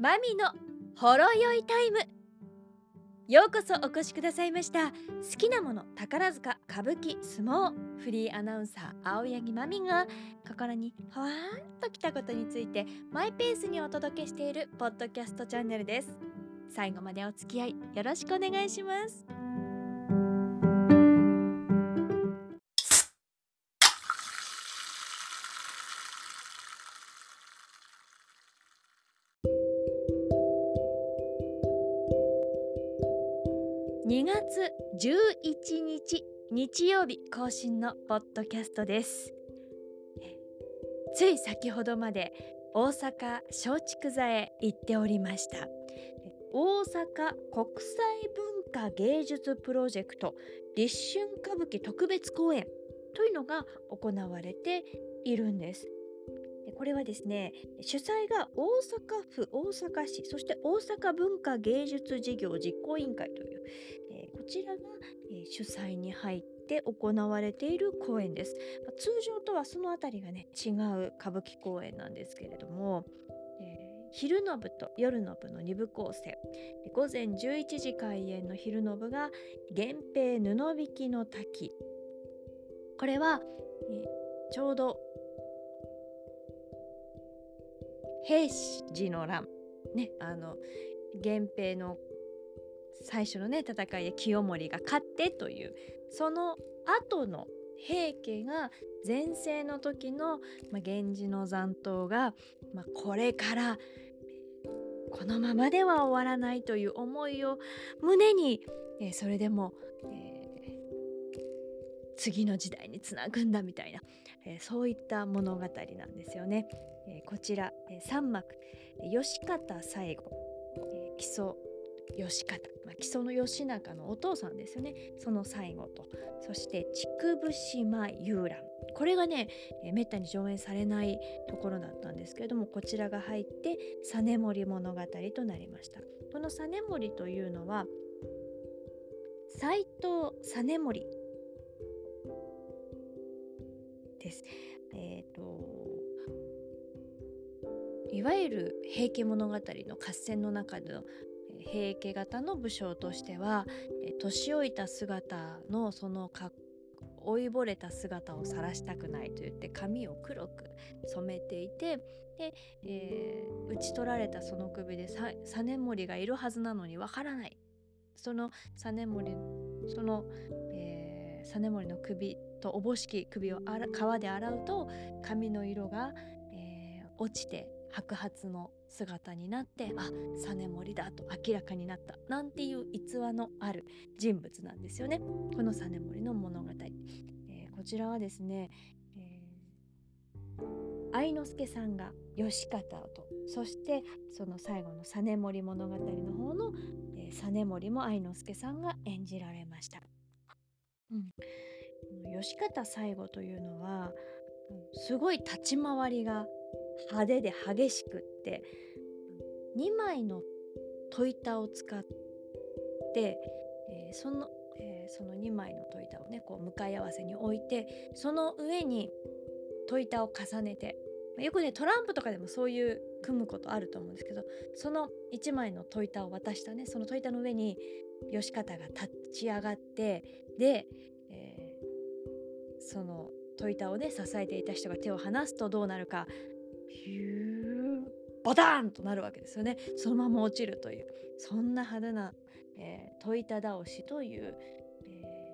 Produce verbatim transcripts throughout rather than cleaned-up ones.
マミのほろ酔いタイム。ようこそお越しくださいました。好きなもの、宝塚、歌舞伎、相撲、フリーアナウンサー青柳まみが心にほわーんときたことについてマイペースにお届けしているポッドキャストチャンネルです。最後までお付き合いよろしくお願いします。にがつじゅういちにち日曜日更新のポッドキャストです。つい先ほどまで大阪松竹座へ行っておりました。大阪国際文化芸術プロジェクト立春歌舞伎特別公演というのが行われているんです。これはですね、主催が大阪府大阪市、そして大阪文化芸術事業実行委員会という、えーこちらが、えー主催に入って行われている公演です。まあ通常とはそのあたりがね違う歌舞伎公演なんですけれども、えー昼の部と夜の部のに部構成で、午前じゅういちじ開演の昼の部が源平布引の滝。これは、えーちょうど平治の乱ね、あの源平の最初のね戦いで清盛が勝ってという、その後の平家が前世の時の、まあ、源氏の残党が、まあ、これからこのままでは終わらないという思いを胸に、えーそれでも、えー次の時代につなぐんだみたいな、えーそういった物語なんですよね。えーこちら、えー、さんまく義方最後、えー木曽義方、まあ、木曽の義仲のお父さんですよね、その最後と、そして竹生島遊覧、これがね、えーめったに上演されないところだったんですけれども、こちらが入って実盛物語となりました。この実盛というのは斎藤実盛です。えっ、といわゆる平家物語の合戦の中でのえー平家型の武将としては、えー年老いた姿のそのか老いぼれた姿を晒したくないと言って髪を黒く染めていて、で、えー討ち取られたその首でさ実盛がいるはずなのにわからない。その実盛その、えー、実盛の首とおぼしき首をあら川で洗うと髪の色が、えー落ちて白髪の姿になって、あ、実盛だと明らかになったなんていう逸話のある人物なんですよね、この実盛の物語。えーこちらはですね、えー愛之助さんが義方と、そしてその最後の実盛物語の方の、えー実盛も愛之助さんが演じられました。うん、この義方最後というのは、うんすごい立ち回りが派手で激しくって、にまいの戸板を使って、えーその、えーそのにまいの戸板をねこう向かい合わせに置いて、その上に戸板を重ねて、まあよくねトランプとかでもそういう組むことあると思うんですけど、そのいちまいの戸板を渡したね、その戸板の上に義方が立ち上がって、で、えーその戸板をね支えていた人が手を離すとどうなるか、ヒューバターンとなるわけですよね。そのまま落ちるという、そんな派手な、えー、戸板倒しという、え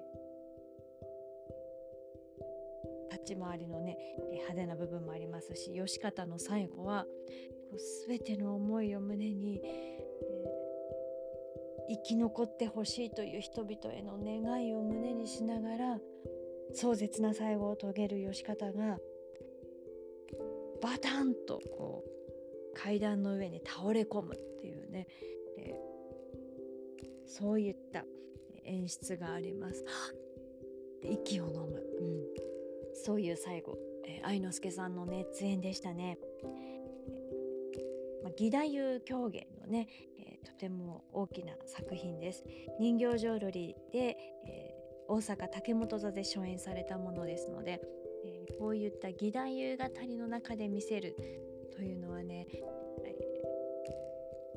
ー立ち回りのね、えー派手な部分もありますし、義方の最後はこう全ての思いを胸に、えー生き残ってほしいという人々への願いを胸にしながら壮絶な最後を遂げる義方がバタンとこう階段の上に倒れ込むっていうね、えーそういった演出があります。息を飲む、うん、そういう最後、えー愛之助さんの熱演でしたね。まあ、義太夫狂言のね、えーとても大きな作品です。人形浄瑠璃で、えー大阪竹本座で初演されたものですので、えーこういった義太夫語りの中で見せるというのはね、えー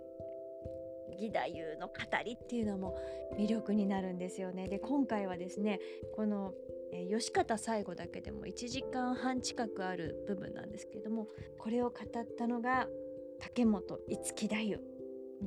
義太夫の語りっていうのも魅力になるんですよね。で今回はですねこの、えー義方最後だけでもいちじかんはん近くある部分なんですけれども、これを語ったのが竹本五木太夫、うん、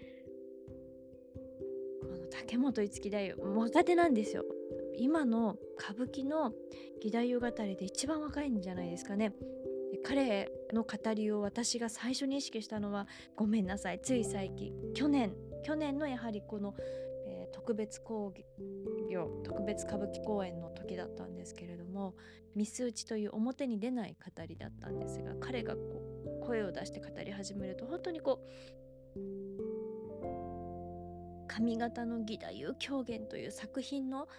この竹本五木太夫若手なんですよ。今の歌舞伎の義太夫語りで一番若いんじゃないですかね。で彼の語りを私が最初に意識したのは、ごめんなさい、つい最近去年去年のやはりこの、えー特別興行特別歌舞伎公演の時だったんですけれども、ミス打ちという表に出ない語りだったんですが、彼がこう声を出して語り始めると本当にこう上方の義太夫狂言という作品の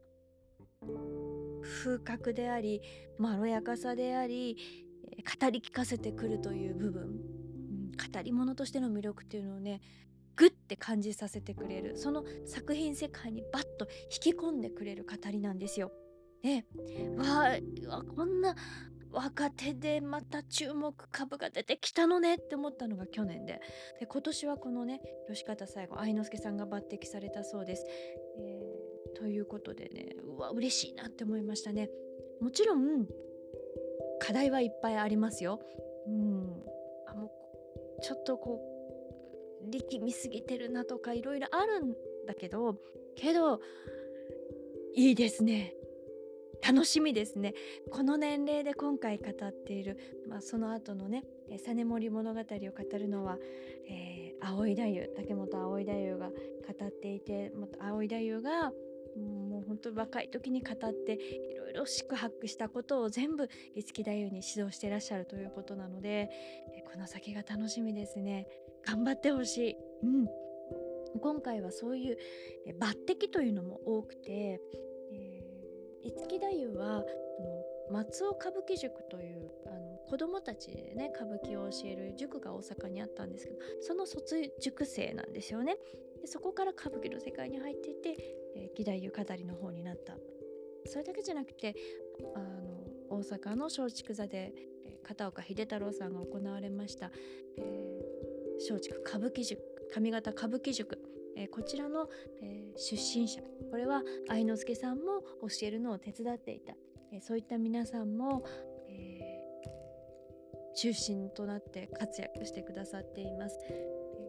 風格でありまろやかさであり、えー語り聞かせてくるという部分、うん、語り物としての魅力っていうのをねグッて感じさせてくれる、その作品世界にバッと引き込んでくれる語りなんですよ。でわあうわこんな若手でまた注目株が出てきたのねって思ったのが去年で、で今年はこのね吉方最後愛之助さんが抜擢されたそうです。えーということでね、うわ嬉しいなって思いましたね。もちろん課題はいっぱいありますよ。うんあもうちょっとこう力みすぎてるなとかいろいろあるんだけどけどいいですね。楽しみですね。この年齢で今回語っている、まあ、その後のねえー実盛物語を語るのは、えー、葵太夫竹本葵太夫が語っていて、また葵太夫がうんもう本当に若い時に語っていろいろ四苦八苦したことを全部五木太夫に指導していらっしゃるということなので、えーこの先が楽しみですね。頑張ってほしい。うん今回はそういうえー抜擢というのも多くて、えー五木太夫はその松尾歌舞伎塾というあの子供たちでね歌舞伎を教える塾が大阪にあったんですけど、その卒塾生なんですよね。でそこから歌舞伎の世界に入っていて、えー、義太夫語りの方になった。それだけじゃなくてあの大阪の松竹座で、えー片岡秀太郎さんが行われました、えー松竹歌舞伎塾上方歌舞伎塾、えーこちらの、えー出身者、これは愛之助さんも教えるのを手伝っていた、えーそういった皆さんも、えー中心となって活躍してくださっています。え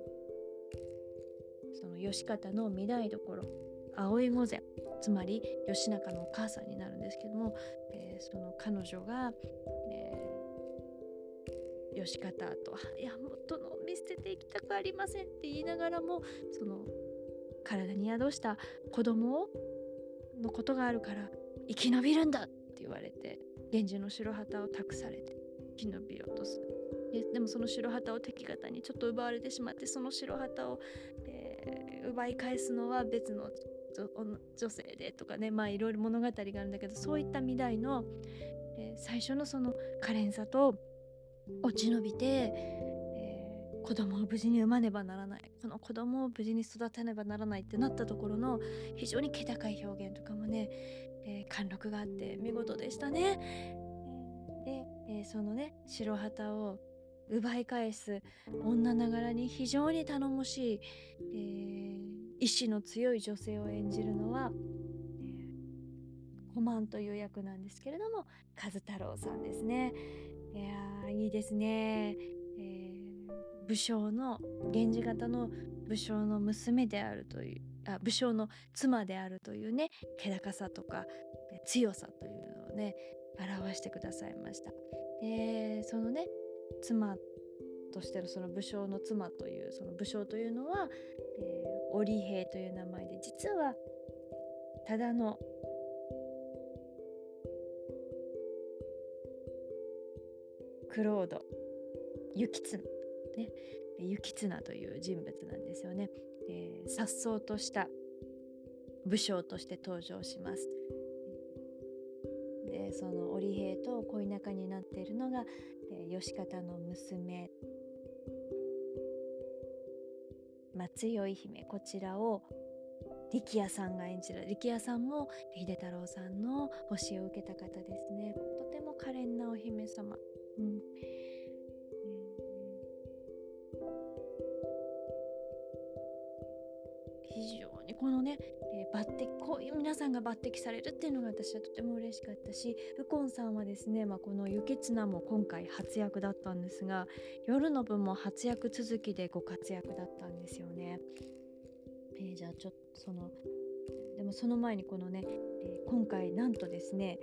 ーその義方の御台所葵御前、つまり義仲のお母さんになるんですけども、えーその彼女が、えー義方と「いやもっとの見捨てていきたくありません」って言いながらも、その体に宿した子供のことがあるから生き延びるんだって言われて源氏の白旗を託されて生き延びようとする。ででもその白旗を敵方にちょっと奪われてしまって、その白旗を、えー奪い返すのは別の女女性でとかね、まあいろいろ物語があるんだけど、そういった未来の、えー最初のその可憐さと落ち延びて、えー子供を無事に産まねばならない、この子供を無事に育てねばならないってなったところの非常に気高い表現とかもね、えー貫禄があって見事でしたね。えーで、えーそのね白旗を奪い返す女ながらに非常に頼もしい、えー意志の強い女性を演じるのは、えー、コマンという役なんですけれども和太郎さんですね。いやーいいですね、えー武将の源氏方の武将の娘であるというあ武将の妻であるというね気高さとかえ強さというのをね表してくださいました。でそのね妻としてのその武将の妻というその武将というのは、えー織兵という名前で、実はただのクロード行綱ね行綱という人物なんですよね。さっそうとした武将として登場します。でその織兵と恋仲になっているのが、えー義方の娘松酔姫、こちらを力也さんが演じる。力也さんも秀太郎さんの教えを受けた方ですね。とても可憐なお姫様、うんえさんが抜擢されるっていうのが私はとても嬉しかったし、右近さんはですね、まあ、この雪綱も今回初役だったんですが、夜の部も初役続きでご活躍だったんですよね。えーじゃあちょっとそのでもその前にこのね、えー今回なんとですね、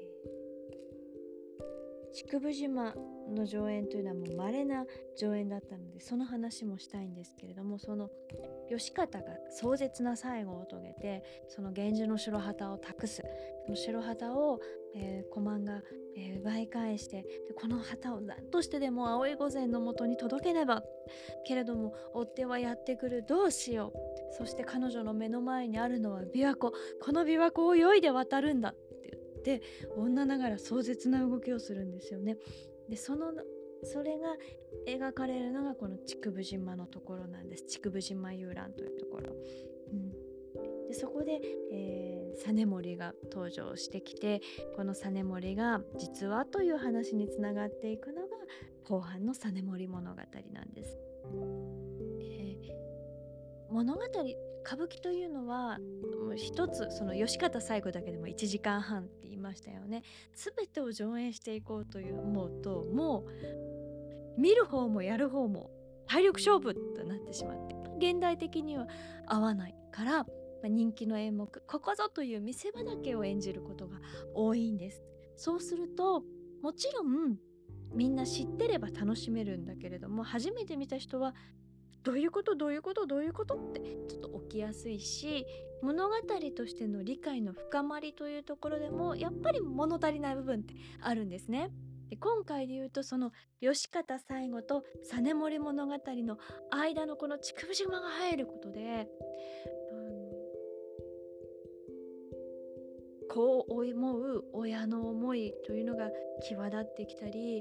竹生島の上演というのはもう稀な上演だったので、その話もしたいんですけれども、その義方が壮絶な最後を遂げて、その源氏の白旗を託す、その白旗を、えー、小満が、えー奪い返して、でこの旗を何としてでも葵御前のもとに届けねば、けれども追っ手はやってくる、どうしよう、そして彼女の目の前にあるのは琵琶湖、この琵琶湖を泳いで渡るんだって言って、女ながら壮絶な動きをするんですよね。でそのそれが描かれるのがこの竹生島のところなんです。竹生島遊覧というところ、うん、でそこで、えー、実盛が登場してきて、この実盛が実はという話につながっていくのが後半の実盛物語なんです。えー物語歌舞伎というのはもう一つ、その義方最後だけでもいちじかんはんって言いましたよね。全てを上演していこうという思うと、もう見る方もやる方も体力勝負となってしまって、現代的には合わないから、まあ人気の演目ここぞという見せ場だけを演じることが多いんです。そうするともちろんみんな知ってれば楽しめるんだけれども、初めて見た人はどういうことどういうことどういうことってちょっと起きやすいし、物語としての理解の深まりというところでもやっぱり物足りない部分ってあるんですね。で今回で言うと、その義方最後と実盛物語の間のこの竹生島が入ることで、あのこう思う親の思いというのが際立ってきたり、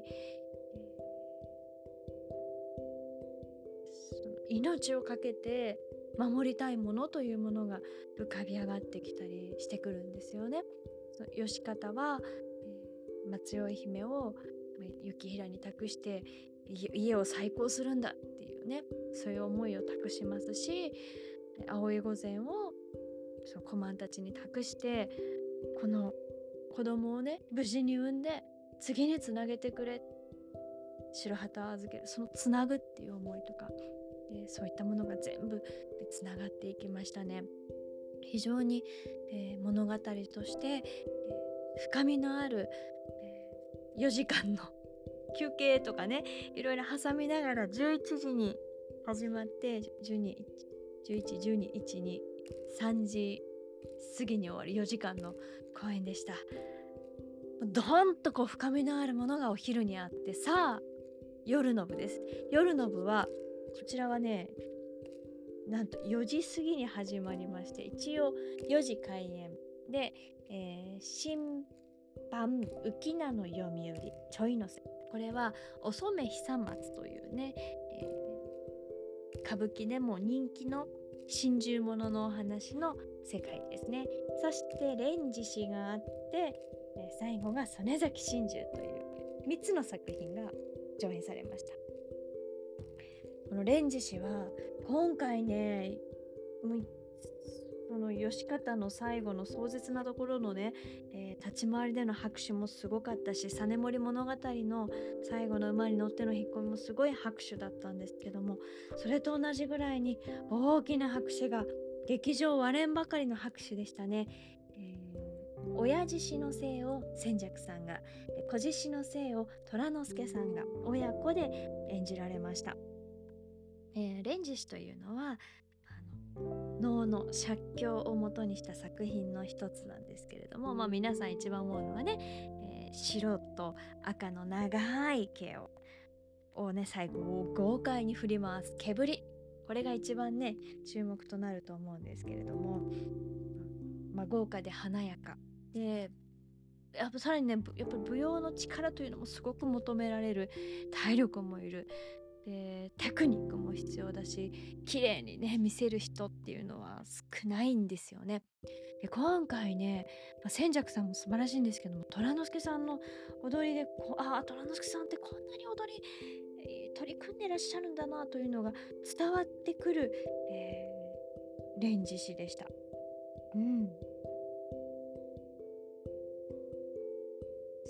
その命を懸けて守りたいものというものが浮かび上がってきたりしてくるんですよね。その義方は、えー、松代姫を行平に託してい家を再興するんだっていうね、そういう思いを託しますし、葵御前をその小満たちに託して、この子供をね無事に産んで次につなげてくれ、白旗を預ける、そのつなぐっていう思いとか、えーそういったものが全部つながっていきましたね。非常に、えー物語として、えー深みのある、えーよじかんの休憩とかね、いろいろ挟みながらじゅういちじに始まってじゅうに、じゅういち、じゅうに、いち、に、さんじ過ぎに終わるよじかんの公演でした。ドーンとこう深みのあるものがお昼にあって、さあ夜の部です。夜の部はこちらはね、なんとよじ過ぎに始まりまして、一応よじ開演で、えー、新版浮名の読み売りちょいのせ、これはお染久松というね、えー歌舞伎でも人気の心中物のお話の世界ですね。そして蓮司氏があって、えー最後が曽根崎心中というみっつの作品が上演されました。この蓮司氏は今回ね、もうその義方の最後の壮絶なところのね、えー立ち回りでの拍手もすごかったし、実盛物語の最後の馬に乗っての引っ込みもすごい拍手だったんですけども、それと同じぐらいに大きな拍手が劇場割れんばかりの拍手でしたね。えー親獅子の姓を千尺さんが、えー子獅子の姓を虎之助さんが親子で演じられました。えー、蓮司氏というのはあの能の写経を元にした作品の一つなんですけれども、まあ、皆さん一番思うのはね、えー白と赤の長い毛ををね最後豪快に振り回す毛振り、これが一番ね注目となると思うんですけれども、まあ、豪華で華やかで、やっぱさらにねやっぱり舞踊の力というのもすごく求められる、体力もいる、でテクニックも必要だし、綺麗にね見せる人っていうのは少ないんですよね。で今回ね、まあ、千尺さんも素晴らしいんですけども、虎之助さんの踊りでこああ虎之助さんってこんなに踊り、えー取り組んでらっしゃるんだなというのが伝わってくる、えー、レンジ師でした。うん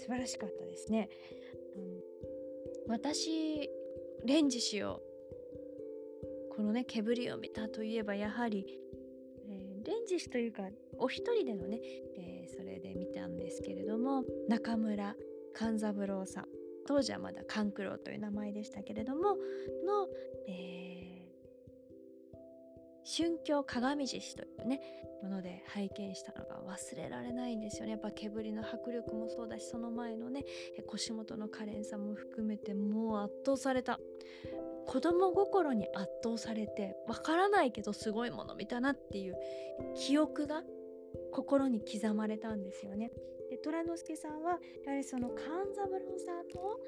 素晴らしかったですね。うん、私レンジ氏をこのね煙を見たといえばやはり、えーレンジ氏というかお一人でのね、えーそれで見たんですけれども、中村勘三郎さん、当時はまだ勘九郎という名前でしたけれどもの、えー春鏡鏡獅子というねもので拝見したのが忘れられないんですよね。やっぱ煙の迫力もそうだし、その前のねえ腰元の可憐さも含めてもう圧倒された。子供心に圧倒されて、わからないけどすごいもの見たなっていう記憶が心に刻まれたんですよね。で虎之助さんはやはりその勘三郎さんの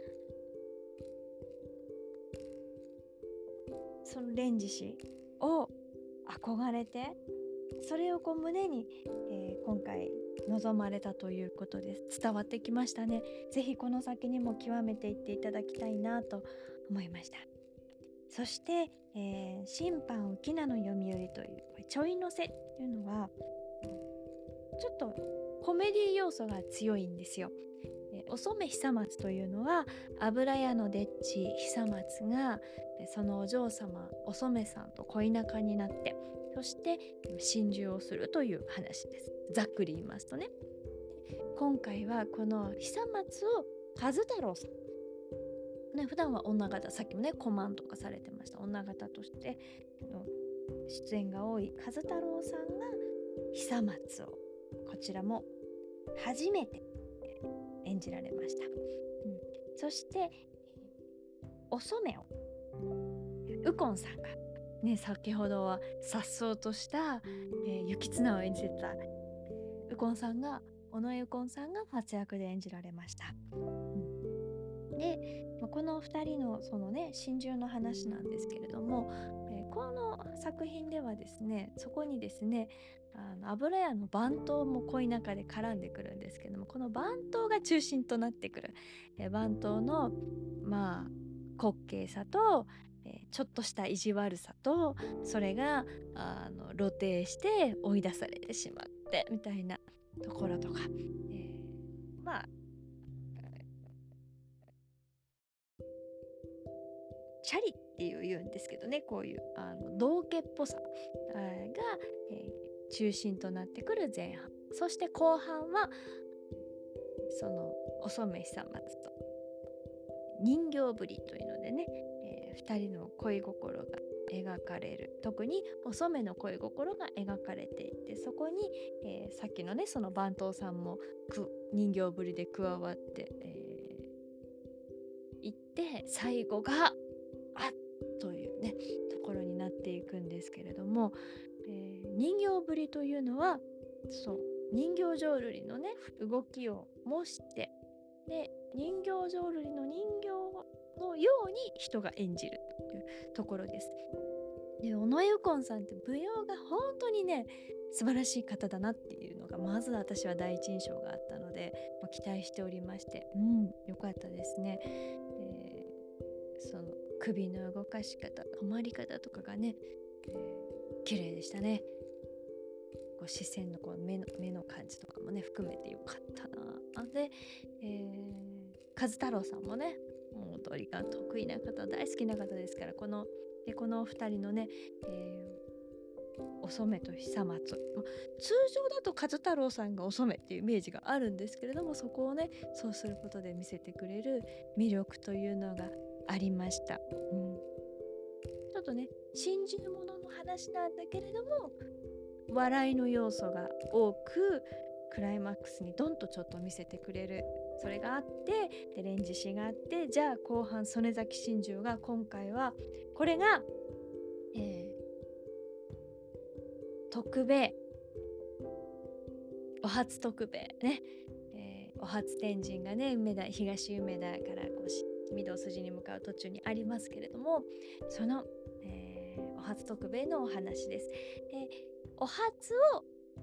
そのレンジ氏を憧れて、それをこう胸に、えー今回望まれたということです。伝わってきましたね。ぜひこの先にも極めていっていただきたいなと思いました。そして、えー審判浮名の読み売りというこれちょいのせっていうのはちょっとコメディ要素が強いんですよ。えお染久松というのは油屋のでっち久松がえそのお嬢様お染さんと恋仲になって、そして心中をするという話です。ざっくり言いますとね。今回はこの久松を和太郎さん、ね、普段は女方、さっきもねコマンとかされてました女方としての出演が多い和太郎さんが久松をこちらも初めて演じられました。うん、そしてお染を右近さんがね、先ほどは颯爽とした、えー、雪綱を演じてた右近さんが尾上右近さんが活躍で演じられました。うん、で、まあ、このふたりのそのね心中の話なんですけれども、えーこの作品ではですねそこにですねあの油屋の番頭も恋仲で絡んでくるんですけども、この番頭が中心となってくる、えー番頭のまあ滑稽さと、えーちょっとした意地悪さと、それがあの露呈して追い出されてしまってみたいなところとか、えーまあチャリっていう言うんですけどね、こういうあの道家っぽさあーが、えー中心となってくる前半、そして後半はそのお染久松と人形ぶりというのでね、えー、ふたりの恋心が描かれる、特にお染の恋心が描かれていて、そこに、えーさっきのねその番頭さんもく人形ぶりで加わって、えーいって最後があっというねところになっていくんですけれども、えー人形ぶりというのはそう人形浄瑠璃のね動きを模してで人形浄瑠璃の人形のように人が演じるというところです。で尾上右近さんって舞踊が本当にね素晴らしい方だなっていうのがまず私は第一印象があったので、まあ、期待しておりまして、うんよかったですね。えーその首の動かし方止まり方とかがね、えー綺麗でしたね。こう視線のこう目の目の感じとかもね含めてよかったな。で、えー、和太郎さんもねもう踊りが得意な方大好きな方ですから、このでこのふたりのね、えーお染と久松、ま通常だと和太郎さんがお染っていうイメージがあるんですけれども、そこをねそうすることで見せてくれる魅力というのがありました。うん、ちょっとね心中ものの話なんだけれども笑いの要素が多くクライマックスにドンとちょっと見せてくれる、それがあってでレンジ氏があって、じゃあ後半曽根崎心中が今回はこれが、えー徳兵衛お初徳兵衛ね、えーお初天神がね梅田東梅田からこうし御堂筋に向かう途中にありますけれども、その、えーお初徳兵衛のお話です。でお初を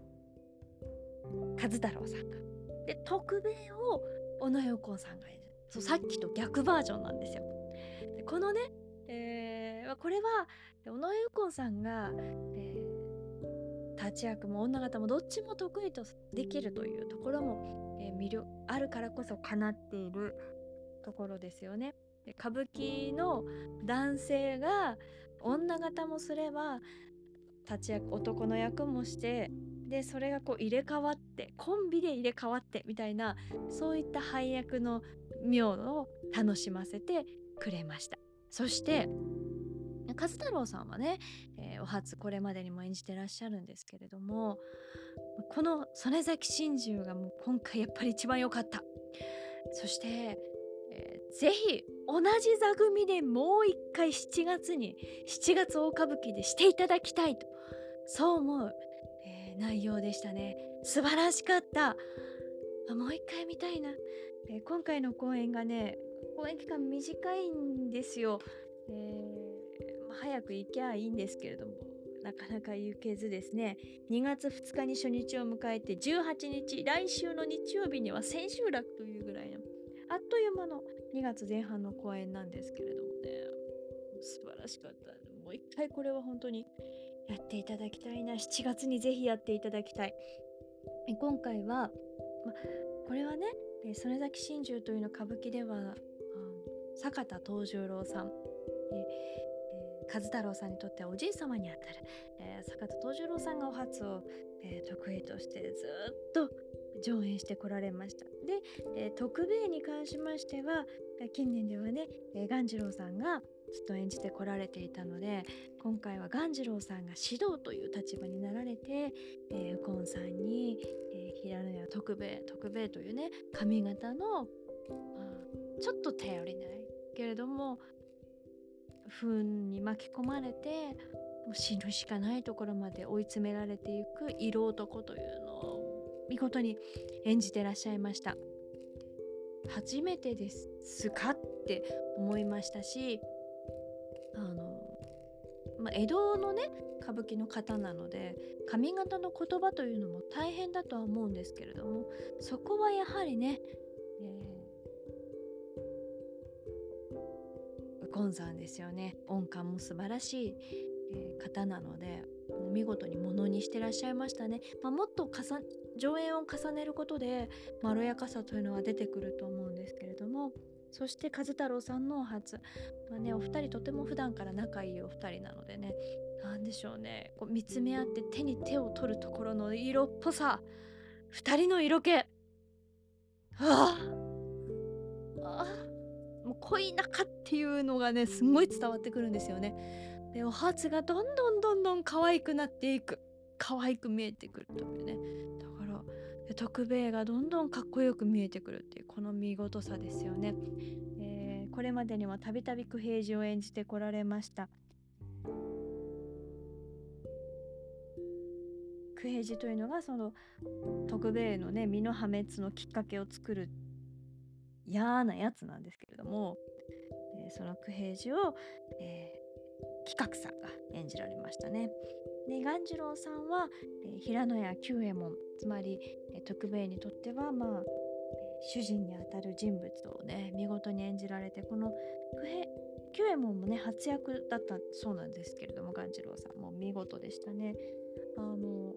和太郎さんがで徳兵衛を尾上右近さんが演じる、そうさっきと逆バージョンなんですよ。でこのね、えーまあこれは尾上右近さんが、えー立ち役も女方もどっちも得意とできるというところもえー魅力あるからこそ叶っているところですよね。で歌舞伎の男性が女形もすれば立ち役男の役もして、でそれがこう入れ替わってコンビで入れ替わってみたいな、そういった配役の妙を楽しませてくれました。そして和太郎さんはね、えーお初これまでにも演じてらっしゃるんですけれども、この曽根崎真珠がもう今回やっぱり一番良かった。そして、えーぜひ同じ座組でもう一回しちがつにしちがつ大歌舞伎でしていただきたいと、そう思う、えー内容でしたね。素晴らしかった。あ、もう一回見たいな。えー今回の公演がね、公演期間短いんですよ。えーまあ早く行きゃいいんですけれども、なかなか行けずですね、にがつふつかに初日を迎えて、じゅうはちにち、来週の日曜日には千秋楽というぐらいの、あっという間のにがつぜん半の公演なんですけれどもね、素晴らしかった。もう一回これは本当にやっていただきたいな。しちがつにぜひやっていただきたい。え今回は、ま、これはね、えー曽根崎真珠というの歌舞伎では、あの坂田藤十郎さん、えーえー和太郎さんにとってはおじい様にあたる、えー坂田藤十郎さんがお初を、えー得意としてずっと上演してこられました。で、えー徳兵衛に関しましては、えー近年ではね、えー鴈治郎さんがずっと演じてこられていたので、今回は鴈治郎さんが指導という立場になられて、えー、右近さんに、えー平野屋徳兵衛徳兵衛というね髪型の、まあ、ちょっと頼りないけれども不運に巻き込まれてもう死ぬしかないところまで追い詰められていく色男というのを見事に演じてらっしゃいました。初めてですかって思いましたし、あの、まあ、江戸のね歌舞伎の方なので髪型の言葉というのも大変だとは思うんですけれども、そこはやはりね、えー、右近さんですよね。音感も素晴らしい、えー方なので見事にものにしてらっしゃいましたね。まあ、もっとかさ上演を重ねることでまろやかさというのは出てくると思うんですけれども、そして和太郎さんのお初、まあね、お二人とても普段から仲いいお二人なのでね、なんでしょうね、こう見つめ合って手に手を取るところの色っぽさ、二人の色気、はああもう恋仲っていうのがねすんごい伝わってくるんですよね。でお初がどんどんどんどん可愛くなっていく、可愛く見えてくるというね、だからで徳兵衛がどんどんかっこよく見えてくるっていうこの見事さですよね。えーこれまでにはたびたび九平次を演じてこられました。九平次というのがその徳兵衛のね身の破滅のきっかけを作る嫌なやつなんですけれども、えーその九平次を、えー企画さんが演じられましたね。で鴈治郎さんは、えー平野屋久右衛門、つまり、えー徳兵衛にとってはまあ、えー主人にあたる人物をね見事に演じられて、この九平久右衛門もね初役だったそうなんですけれども、鴈治郎さんも見事でしたね。あの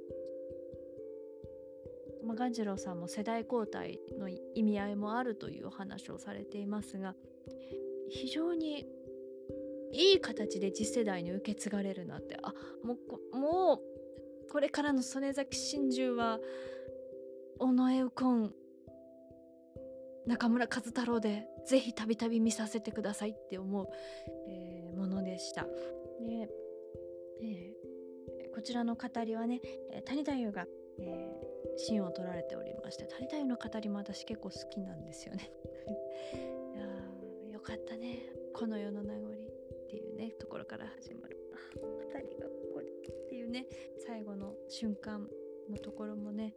まあ、鴈治郎さんも世代交代の意味合いもあるというお話をされていますが、非常にいい形で次世代に受け継がれるなって、あもうこもうこれからの曽根崎真珠は尾上右近中村和太郎でぜひたびたび見させてくださいって思う、えーものでした。で、えーこちらの語りはね、えー谷太夫が、えー芯を取られておりまして、谷太夫の語りも私結構好きなんですよね。いやーよかったね、この世の名残っていうねところから始まる、あふたりがここでっていうね最後の瞬間のところもね、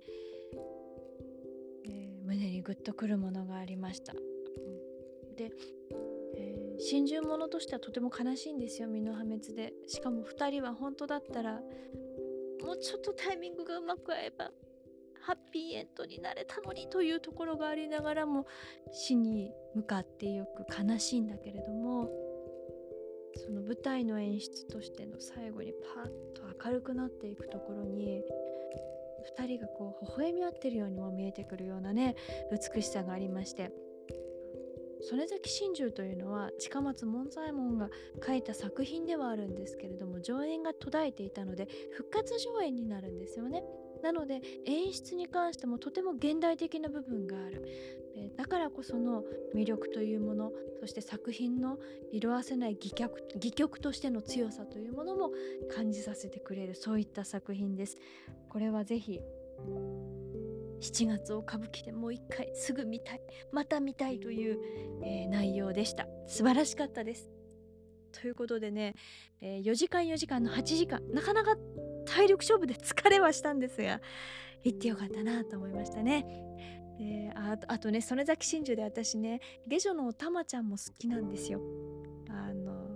えー胸にグッとくるものがありました。うんで、えー心中者としてはとても悲しいんですよ、身の破滅で。しかもふたりは本当だったらもうちょっとタイミングがうまく合えばハッピーエンドになれたのにというところがありながらも、死に向かっていく悲しいんだけれども、その舞台の演出としての最後にパッと明るくなっていくところにふたりがこう微笑み合ってるようにも見えてくるようなね美しさがありまして、曽根崎心中というのは近松門左衛門が書いた作品ではあるんですけれども、上演が途絶えていたので復活上演になるんですよね。なので演出に関してもとても現代的な部分がある。えーだからこその魅力というもの、そして作品の色あせない戯曲戯曲としての強さというものも感じさせてくれる、そういった作品です。これはぜひしちがつを歌舞伎でもう一回すぐ見たい、また見たいという、えー内容でした。素晴らしかったです。ということでね、えーよじかんよじかんのはちじかん、なかなか体力勝負で疲れはしたんですが、行ってよかったなと思いましたね。えーああとあとね、曽根崎真珠で私ね、下女のたまちゃんも好きなんですよ。あの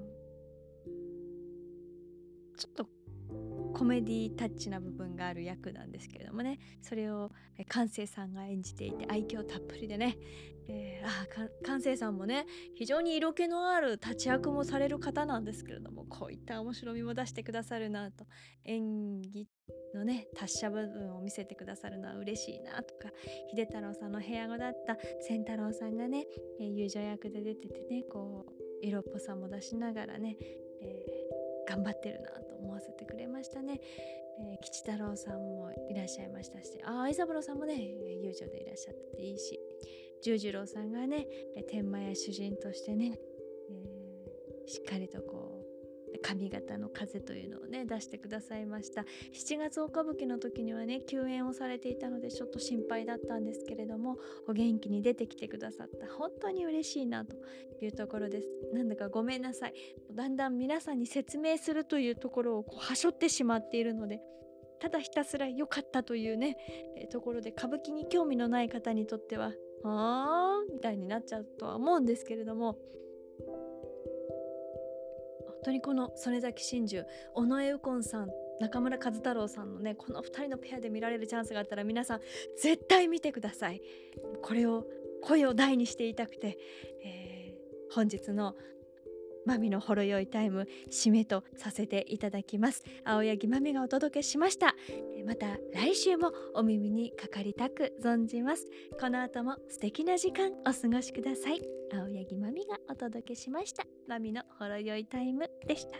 ちょっとコメディタッチな部分がある役なんですけれどもね、それをえ関西さんが演じていて愛嬌たっぷりでね、えー、あーか関西さんもね非常に色気のある立ち役もされる方なんですけれども、こういった面白みも出してくださるなと、演技のね達者部分を見せてくださるのは嬉しいなとか、秀太郎さんの部屋子だった千太郎さんがね、えー友情役で出ててね、こう色っぽさも出しながらね、えー頑張ってるなと思わせてくれましたね。えー吉太郎さんもいらっしゃいましたし、あ相三郎さんもねえー友情でいらっしゃってていいし、十次郎さんがねえー天満屋主人としてね、えーしっかりとこう髪型の風というのをね出してくださいました。しちがつ大歌舞伎の時にはね休演をされていたのでちょっと心配だったんですけれども、お元気に出てきてくださった本当に嬉しいなというところです。なんだかごめんなさい、だんだん皆さんに説明するというところをこうはしょってしまっているので、ただひたすら良かったというね、えーところで歌舞伎に興味のない方にとってはあーみたいになっちゃうとは思うんですけれども、本当にこの曽根崎真珠、尾上右近さん、中村和太郎さんのねこのふたりのペアで見られるチャンスがあったら皆さん絶対見てください。これを声を大にしていたくて、えー本日のマミのほろ酔いタイム締めとさせていただきます。青柳マミがお届けしました。えーまた来週もお耳にかかりたく存じます。この後も素敵な時間お過ごしください。青柳マミがお届けしました。マミのほろ酔いタイムでした。